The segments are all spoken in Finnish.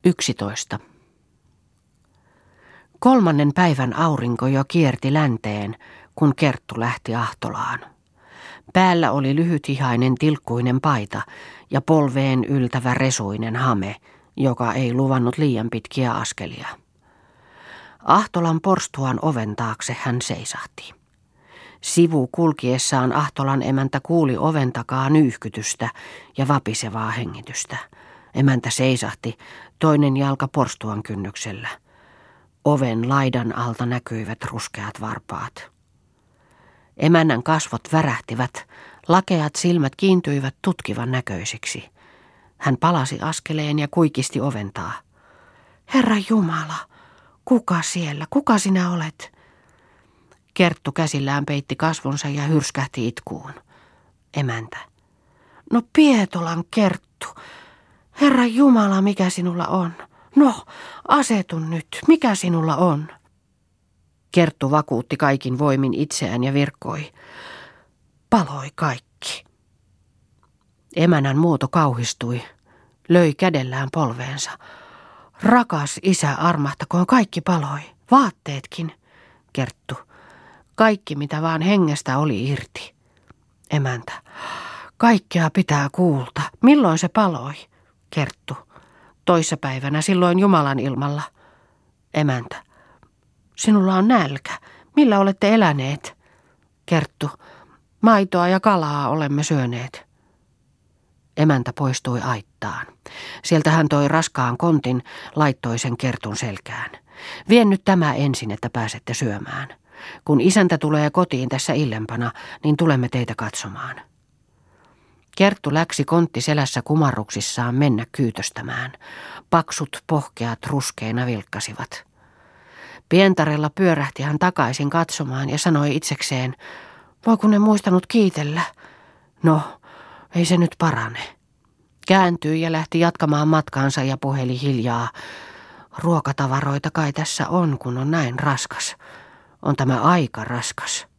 11. 3. päivän aurinko jo kierti länteen, kun Kerttu lähti Ahtolaan. Päällä oli lyhythihainen tilkkuinen paita ja polveen yltävä resuinen hame, joka ei luvannut liian pitkiä askelia. Ahtolan porstuan oven taakse hän seisahti. Sivu kulkiessaan Ahtolan emäntä kuuli oven takaa nyyhkytystä ja vapisevaa hengitystä. Emäntä seisahti, toinen jalka porstuan kynnyksellä. Oven laidan alta näkyivät ruskeat varpaat. Emännän kasvot värähtivät, lakeat silmät kiintyivät tutkivan näköisiksi. Hän palasi askeleen ja kuikisti oventaa. Herra Jumala, kuka siellä, kuka sinä olet? Kerttu käsillään peitti kasvonsa ja hyrskähti itkuun. Emäntä. No Pietolan Kerttu, Herra Jumala, mikä sinulla on? No, asetu nyt, mikä sinulla on? Kerttu vakuutti kaikin voimin itseään ja virkkoi. Paloi kaikki. Emännän muoto kauhistui, löi kädellään polveensa. Rakas isä, armahtakoon, kaikki paloi, vaatteetkin. Kerttu. Kaikki, mitä vaan hengestä oli irti. Emäntä. Kaikkea pitää kuulta. Milloin se paloi? Kerttu. Toissapäivänä, silloin Jumalan ilmalla. Emäntä. Sinulla on nälkä. Millä olette eläneet? Kerttu. Maitoa ja kalaa olemme syöneet. Emäntä poistui aittaan. Sieltä hän toi raskaan kontin, laittoi sen Kertun selkään. Vien nyt tämä ensin, että pääsette syömään. Kun isäntä tulee kotiin tässä illempana, niin tulemme teitä katsomaan. Kerttu läksi kontti selässä kumarruksissaan mennä kyytöstämään. Paksut pohkeat ruskeina vilkkasivat. Pientarella pyörähti hän takaisin katsomaan ja sanoi itsekseen, voi kun en muistanut kiitellä. No, ei se nyt parane. Kääntyi ja lähti jatkamaan matkaansa ja puheli hiljaa. Ruokatavaroita kai tässä on, kun on näin raskas. On tämä aika raskas.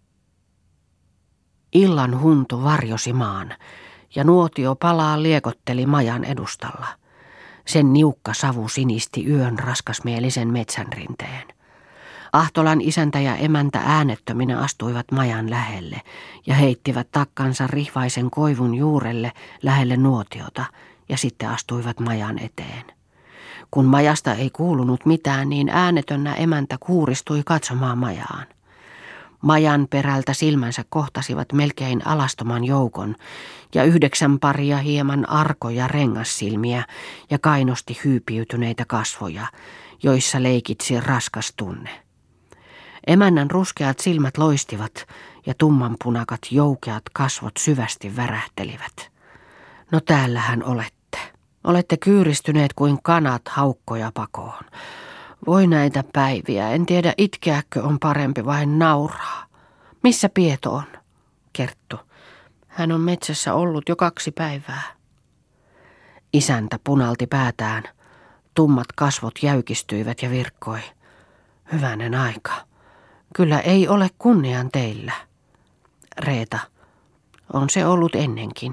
Illan huntu varjosi maan ja nuotio palaa liekotteli majan edustalla. Sen niukka savu sinisti yön raskasmielisen metsän rinteen. Ahtolan isäntä ja emäntä äänettöminä astuivat majan lähelle ja heittivät takkansa rihvaisen koivun juurelle lähelle nuotiota ja sitten astuivat majan eteen. Kun majasta ei kuulunut mitään, niin äänetönnä emäntä kuuristui katsomaan majaan. Majan perältä silmänsä kohtasivat melkein alastoman joukon ja 9 paria hieman arkoja rengassilmiä ja kainosti hyypiytyneitä kasvoja, joissa leikitsi raskas tunne. Emännän ruskeat silmät loistivat ja tummanpunakat joukeat kasvot syvästi värähtelivät. No täällähän olette. Olette kyyristyneet kuin kanat haukkoja pakoon. Voi näitä päiviä, en tiedä itkeäkö on parempi vai nauraa. Missä Pieto on? Kerttu. Hän on metsässä ollut jo 2 päivää. Isäntä punalti päätään. Tummat kasvot jäykistyivät ja virkkoi. Hyvänen aika. Kyllä ei ole kunnian teillä. Reeta. On se ollut ennenkin.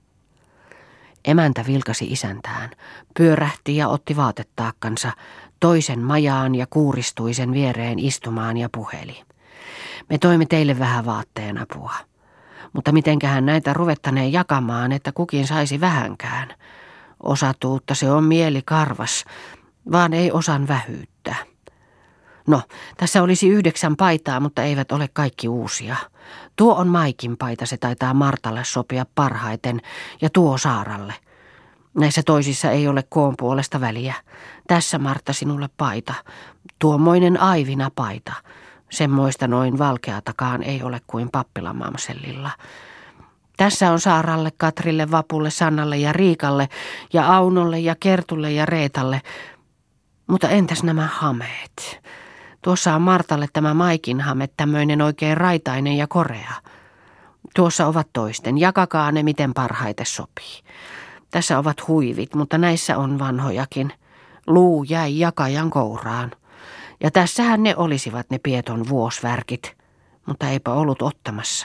Emäntä vilkasi isäntään, pyörähti ja otti vaatetaakkansa, toisen majaan ja kuuristui sen viereen istumaan ja puheli. Me toimme teille vähän vaatteen apua. Mutta mitenkähän näitä ruvettaneen jakamaan, että kukin saisi vähänkään. Osatuutta se on mieli karvas, vaan ei osan vähyyttä. No, tässä olisi 9 paitaa, mutta eivät ole kaikki uusia. Tuo on Maikin paita, se taitaa Martalle sopia parhaiten, ja tuo Saaralle. Näissä toisissa ei ole koon puolesta väliä. Tässä Martta sinulle paita, tuommoinen Aivina paita. Semmoista noin valkeatakaan ei ole kuin pappilamamsellilla. Tässä on Saaralle, Katrille, Vapulle, Sannalle ja Riikalle ja Aunolle ja Kertulle ja Reetalle. Mutta entäs nämä hameet? Tuossa on Martalle tämä Maikin hame, tämmöinen oikein raitainen ja korea. Tuossa ovat toisten, jakakaa ne miten parhaiten sopii. Tässä ovat huivit, mutta näissä on vanhojakin. Luu jäi jakajan kouraan. Ja tässähän ne olisivat ne Pieton vuosvärkit, mutta eipä ollut ottamassa.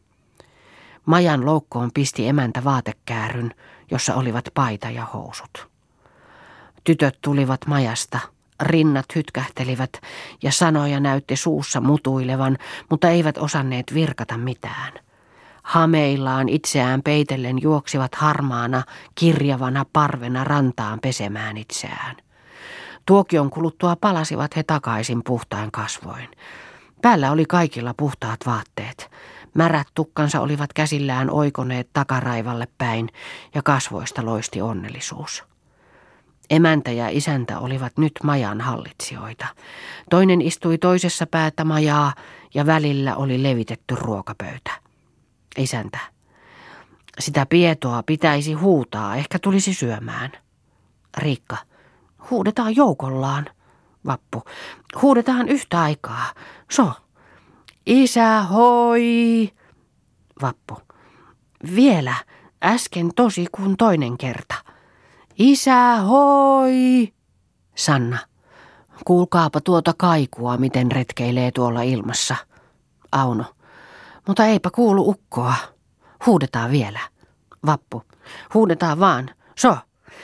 Majan loukkoon pisti emäntä vaatekääryn, jossa olivat paita ja housut. Tytöt tulivat majasta. Rinnat hytkähtelivät ja sanoja näytti suussa mutuilevan, mutta eivät osanneet virkata mitään. Hameillaan itseään peitellen juoksivat harmaana, kirjavana parvena rantaan pesemään itseään. Tuokion kuluttua palasivat he takaisin puhtain kasvoin. Päällä oli kaikilla puhtaat vaatteet. Märät tukkansa olivat käsillään oikoneet takaraivalle päin ja kasvoista loisti onnellisuus. Emäntä ja isäntä olivat nyt majan hallitsijoita. Toinen istui toisessa päätä majaa ja välillä oli levitetty ruokapöytä. Isäntä. Sitä pietoa pitäisi huutaa, ehkä tulisi syömään. Riikka. Huudetaan joukollaan. Vappu. Huudetaan yhtä aikaa. So. Isä hoi. Vappu. Vielä. Äsken tosi kuin toinen kerta. Isä hoi. Sanna. Kuulkaapa tuota kaikua, miten retkeilee tuolla ilmassa. Auno. Mutta eipä kuulu ukkoa. Huudetaan vielä. Vappu. Huudetaan vaan. So.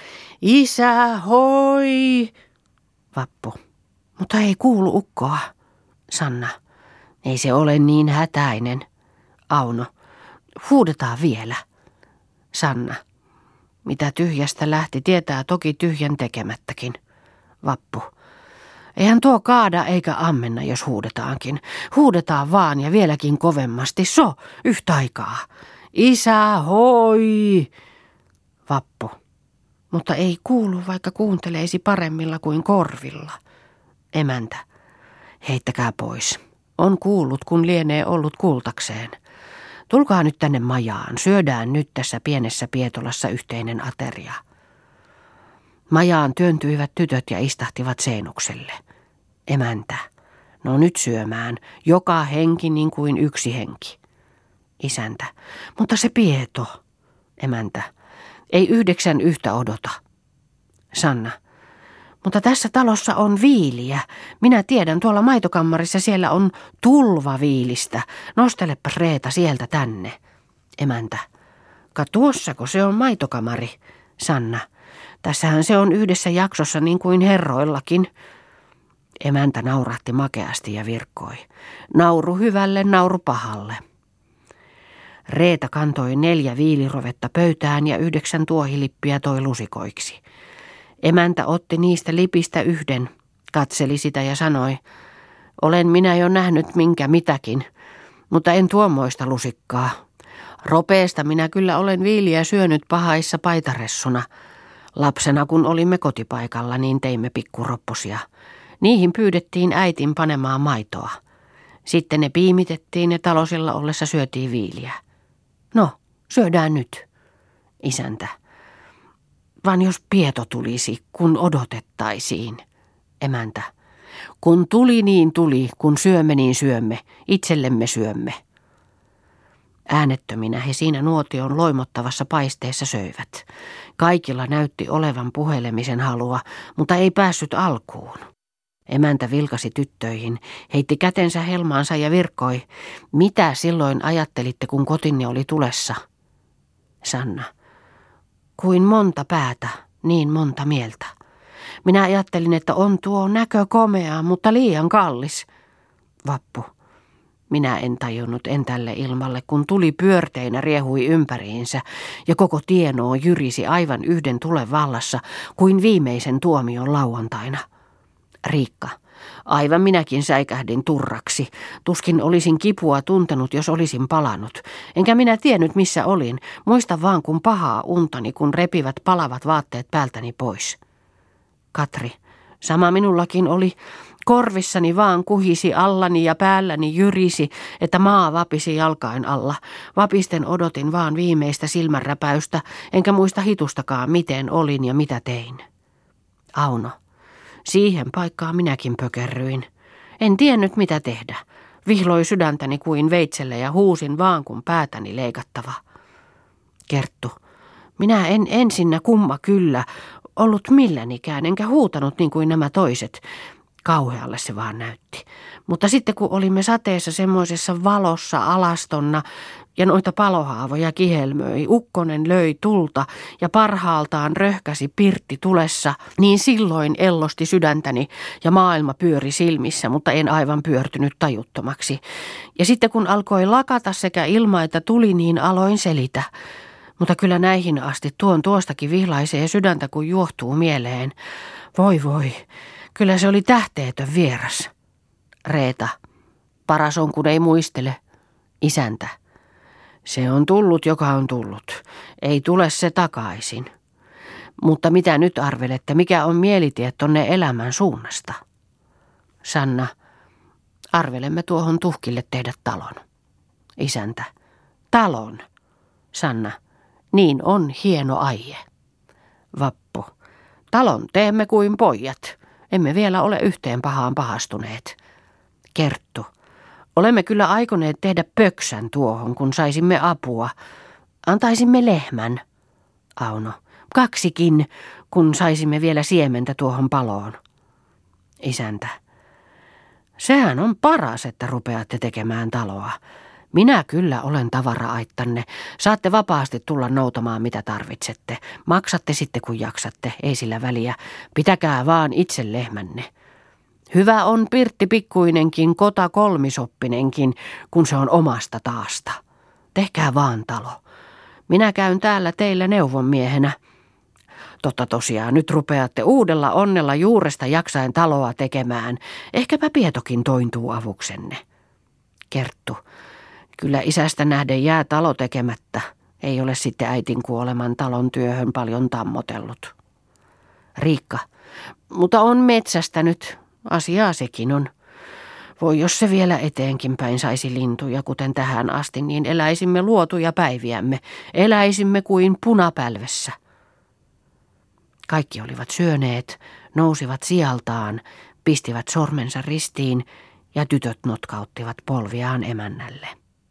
Isä hoi. Vappu. Mutta ei kuulu ukkoa. Sanna. Ei se ole niin hätäinen. Auno. Huudetaan vielä. Sanna. Mitä tyhjästä lähti, tietää toki tyhjän tekemättäkin. Vappu. Eihän tuo kaada eikä ammenna, jos huudetaankin. Huudetaan vaan ja vieläkin kovemmasti. So, yhtä aikaa. Isä hoi. Vappu. Mutta ei kuulu, vaikka kuunteleisi paremmilla kuin korvilla. Emäntä. Heittäkää pois. On kuullut, kun lienee ollut kuultakseen. Tulkaa nyt tänne majaan. Syödään nyt tässä pienessä Pietolassa yhteinen ateria. Majaan työntyivät tytöt ja istahtivat seinukselle. Emäntä. No nyt syömään. Joka henki niin kuin yksi henki. Isäntä. Mutta se Pieto. Emäntä. Ei 9 yhtä odota. Sanna. Mutta tässä talossa on viiliä. Minä tiedän, tuolla maitokammarissa siellä on tulvaviilistä. Nostelepa Reeta sieltä tänne. Emäntä. Ka tuossako se on maitokamari? Sanna. Tässähän se on yhdessä jaksossa niin kuin herroillakin. Emäntä naurahti makeasti ja virkkoi. Nauru hyvälle, nauru pahalle. Reeta kantoi 4 viilirovetta pöytään ja 9 tuohilippiä toi lusikoiksi. Emäntä otti niistä lipistä 1, katseli sitä ja sanoi, olen minä jo nähnyt minkä mitäkin, mutta en tuommoista lusikkaa. Ropeesta minä kyllä olen viiliä syönyt pahaissa paitaressuna. Lapsena kun olimme kotipaikalla, niin teimme pikkuropposia. Niihin pyydettiin äitin panemaan maitoa. Sitten ne piimitettiin ja talosilla ollessa syötiin viiliä. No, syödään nyt. Isäntä. Vaan jos Pieto tulisi, kun odotettaisiin. Emäntä. Kun tuli, niin tuli, kun syömme, niin syömme. Itsellemme syömme. Äänettöminä he siinä nuotion loimottavassa paisteessa söivät. Kaikilla näytti olevan puhelemisen halua, mutta ei päässyt alkuun. Emäntä vilkasi tyttöihin, heitti kätensä helmaansa ja virkkoi. Mitä silloin ajattelitte, kun kotinne oli tulessa? Sanna. Kuin monta päätä, niin monta mieltä. Minä ajattelin, että on tuo näkö komea, mutta liian kallis. Vappu. Minä en tajunnut en tälle ilmalle, kun tuli pyörteinä riehui ympäriinsä ja koko tienoo jyrisi aivan yhden tulen vallassa kuin viimeisen tuomion lauantaina. Riikka. Aivan minäkin säikähdin turraksi. Tuskin olisin kipua tuntenut, jos olisin palannut. Enkä minä tiennyt, missä olin. Muista vaan, kun pahaa untani, kun repivät palavat vaatteet päältäni pois. Katri. Sama minullakin oli. Korvissani vaan kuhisi allani ja päälläni jyrisi, että maa vapisi jalkain alla. Vapisten odotin vaan viimeistä silmänräpäystä, enkä muista hitustakaan, miten olin ja mitä tein. Auno. Siihen paikkaan minäkin pökerryin. En tiennyt mitä tehdä. Vihloi sydäntäni kuin veitselle ja huusin vaan kun päätäni leikattava. Kerttu. Minä en ensinnä kumma kyllä ollut millänikään, enkä huutanut niin kuin nämä toiset. Kauhealle se vaan näytti. Mutta sitten kun olimme sateessa semmoisessa valossa alastonna ja noita palohaavoja kihelmöi, ukkonen löi tulta ja parhaaltaan röhkäsi pirtti tulessa, niin silloin ellosti sydäntäni ja maailma pyöri silmissä, mutta en aivan pyörtynyt tajuttomaksi. Ja sitten kun alkoi lakata sekä ilma että tuli, niin aloin selitä. Mutta kyllä näihin asti tuostakin vihlaisee sydäntä, kun juohtuu mieleen. Voi voi, kyllä se oli tähteetön vieras. Reeta. Paras on, kun ei muistele. Isäntä. Se on tullut, joka on tullut. Ei tule se takaisin. Mutta mitä nyt arvelette, mikä on mielitie tonne elämän suunnasta? Sanna. Arvelemme tuohon tuhkille tehdä talon. Isäntä. Talon. Sanna. Niin on hieno aie. Vappu. Talon teemme kuin pojat. Emme vielä ole yhteen pahaan pahastuneet. Kerttu. Olemme kyllä aikoneet tehdä pöksän tuohon, kun saisimme apua. Antaisimme lehmän. Auno. 2, kun saisimme vielä siementä tuohon paloon. Isäntä. Sehän on paras, että rupeatte tekemään taloa. Minä kyllä olen tavara-aittanne. Saatte vapaasti tulla noutamaan mitä tarvitsette. Maksatte sitten kun jaksatte, ei sillä väliä. Pitäkää vaan itse lehmänne. Hyvä on pirtti pikkuinenkin, kota kolmisoppinenkin, kun se on omasta taasta. Tehkää vaan talo. Minä käyn täällä teillä neuvonmiehenä. Totta tosiaan, nyt rupeatte uudella onnella juuresta jaksain taloa tekemään. Ehkäpä Pietokin tointuu avuksenne. Kerttu. Kyllä isästä nähden jää talo tekemättä. Ei ole sitten äitin kuoleman talon työhön paljon tammotellut. Riikka. Mutta on metsästä nyt. Asiaa sekin on. Voi jos se vielä eteenkin päin saisi lintuja, kuten tähän asti, niin eläisimme luotuja päiviämme. Eläisimme kuin punapälvessä. Kaikki olivat syöneet, nousivat sijaltaan, pistivät sormensa ristiin ja tytöt notkauttivat polviaan emännälle.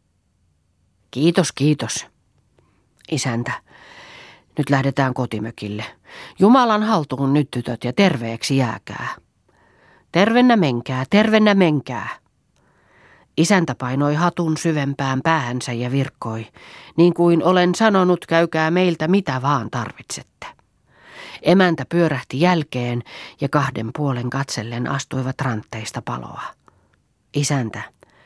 Kiitos, kiitos. Isäntä. Nyt lähdetään kotimökille. Jumalan haltuun nyt tytöt ja terveeksi jääkää. Tervennä menkää, tervennä menkää. Isäntä painoi hatun syvempään päähänsä ja virkkoi. Niin kuin olen sanonut, käykää meiltä mitä vaan tarvitsette. Emäntä pyörähti jälkeen ja 2 puolen katsellen astuivat rantteista paloa. Isäntä.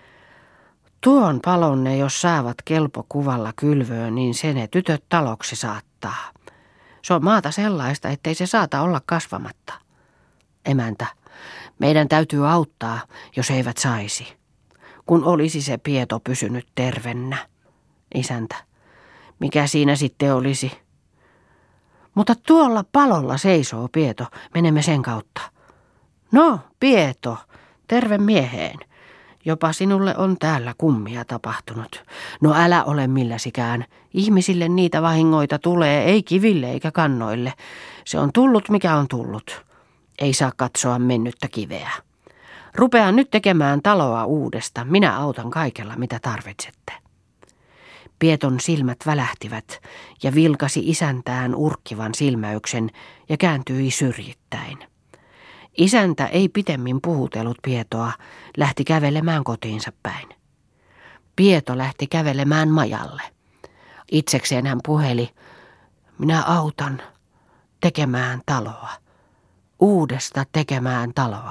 Tuon palonne, jos saavat kelpokuvalla kylvöön, niin se ne tytöt taloksi saattaa. Se on maata sellaista, ettei se saata olla kasvamatta. Emäntä. Meidän täytyy auttaa, jos eivät saisi. Kun olisi se Pieto pysynyt tervennä. Isäntä. Mikä siinä sitten olisi? Mutta tuolla palolla seisoo Pieto. Menemme sen kautta. No, Pieto. Terve mieheen. Jopa sinulle on täällä kummia tapahtunut. No älä ole milläsikään. Ihmisille niitä vahingoita tulee, ei kiville eikä kannoille. Se on tullut mikä on tullut. Ei saa katsoa mennyttä kiveä. Rupean nyt tekemään taloa uudesta. Minä autan kaikella, mitä tarvitsette. Pieton silmät välähtivät ja vilkasi isäntään urkkivan silmäyksen ja kääntyi syrjittäin. Isäntä ei pitemmin puhutellut Pietoa, lähti kävelemään kotiinsa päin. Pieto lähti kävelemään majalle. Itsekseen hän puheli, minä autan tekemään taloa. Uudesta tekemään taloa.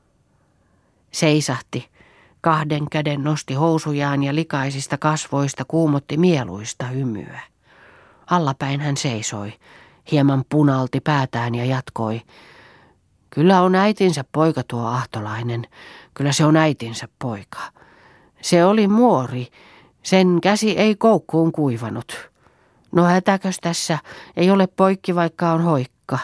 Seisahti, 2 käden nosti housujaan ja likaisista kasvoista kuumotti mieluista hymyä. Allapäin hän seisoi, hieman punalti päätään ja jatkoi. Kyllä on äitinsä poika tuo Ahtolainen, kyllä se on äitinsä poika. Se oli muori, sen käsi ei koukkuun kuivanut. No hätäkös tässä, ei ole poikki vaikka on hoikka.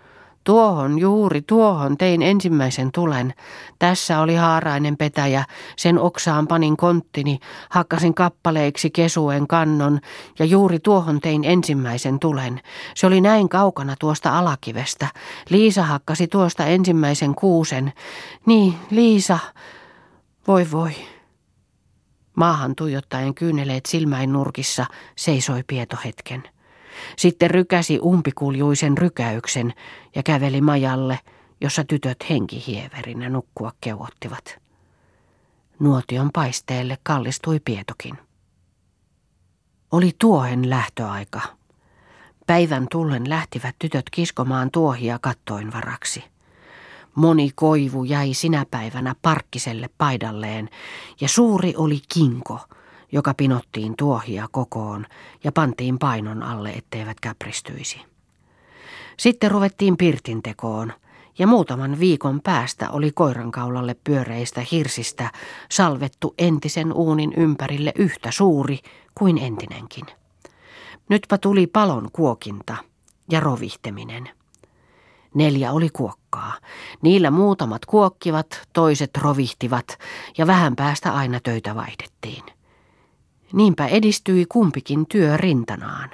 Juuri tuohon tein ensimmäisen tulen. Tässä oli haarainen petäjä, sen oksaan panin konttini, hakkasin kappaleiksi kesuen kannon ja juuri tuohon tein ensimmäisen tulen. Se oli näin kaukana tuosta alakivestä. Liisa hakkasi tuosta ensimmäisen kuusen. Niin, Liisa, voi voi. Maahan tuijottaen kyyneleet silmäin nurkissa seisoi Pieto hetken. Sitten rykäsi umpikuljuisen rykäyksen ja käveli majalle, jossa tytöt henkihieverinä nukkua keuottivat. Nuotion paisteelle kallistui Pietokin. Oli tuohen lähtöaika. Päivän tullen lähtivät tytöt kiskomaan tuohia kattoinvaraksi. Moni koivu jäi sinä päivänä Parkkiselle paidalleen ja suuri oli kinko, joka pinottiin tuohia kokoon ja pantiin painon alle, etteivät käpristyisi. Sitten ruvettiin pirtintekoon ja muutaman viikon päästä oli koirankaulalle pyöreistä hirsistä salvettu entisen uunin ympärille yhtä suuri kuin entinenkin. Nytpä tuli palon kuokinta ja rovihteminen. 4 oli kuokkaa. Niillä muutamat kuokkivat, toiset rovihtivat ja vähän päästä aina töitä vaihdettiin. Niinpä edistyi kumpikin työ rintanaan.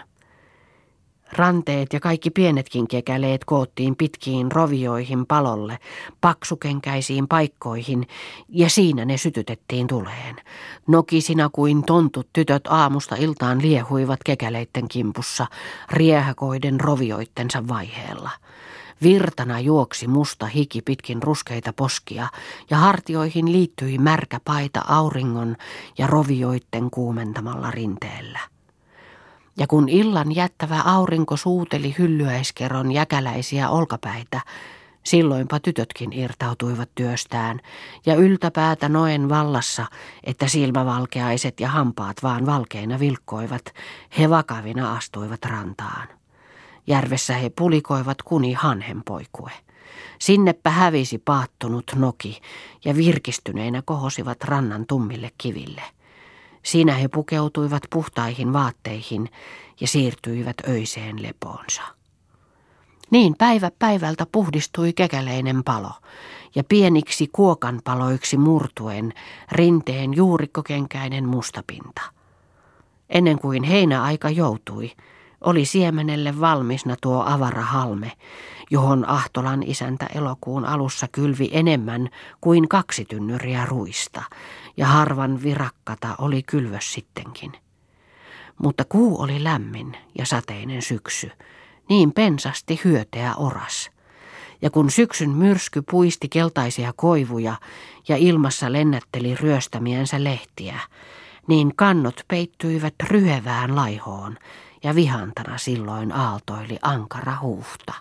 Ranteet ja kaikki pienetkin kekäleet koottiin pitkiin rovioihin palolle, paksukenkäisiin paikkoihin ja siinä ne sytytettiin tuleen. Nokisina kuin tontut tytöt aamusta iltaan liehuivat kekäleitten kimpussa, riehäkoiden rovioittensa vaiheella. Virtana juoksi musta hiki pitkin ruskeita poskia ja hartioihin liittyi märkä paita auringon ja rovioitten kuumentamalla rinteellä. Ja kun illan jättävä aurinko suuteli hyllyäiskeron jäkäläisiä olkapäitä, silloinpa tytötkin irtautuivat työstään ja yltäpäätä noen vallassa, että silmävalkeaiset ja hampaat vaan valkeina vilkkoivat, he vakavina astuivat rantaan. Järvessä he pulikoivat kuni hanhenpoikue. Sinnepä hävisi paattunut noki ja virkistyneinä kohosivat rannan tummille kiville. Siinä he pukeutuivat puhtaihin vaatteihin ja siirtyivät öiseen lepoonsa. Niin päivä päivältä puhdistui kekäleinen palo ja pieniksi kuokanpaloiksi murtuen rinteen juurikkokenkäinen mustapinta. Ennen kuin heinäaika joutui, oli siemenelle valmisna tuo avara halme, johon Ahtolan isäntä elokuun alussa kylvi enemmän kuin 2 tynnyriä ruista, ja harvan virakkata oli kylvös sittenkin. Mutta kuu oli lämmin ja sateinen syksy, niin pensasti hyöteä oras. Ja kun syksyn myrsky puisti keltaisia koivuja ja ilmassa lennätteli ryöstämiensä lehtiä, niin kannot peittyivät ryhevään laihoon, ja vihantana silloin aaltoili ankara huuhta.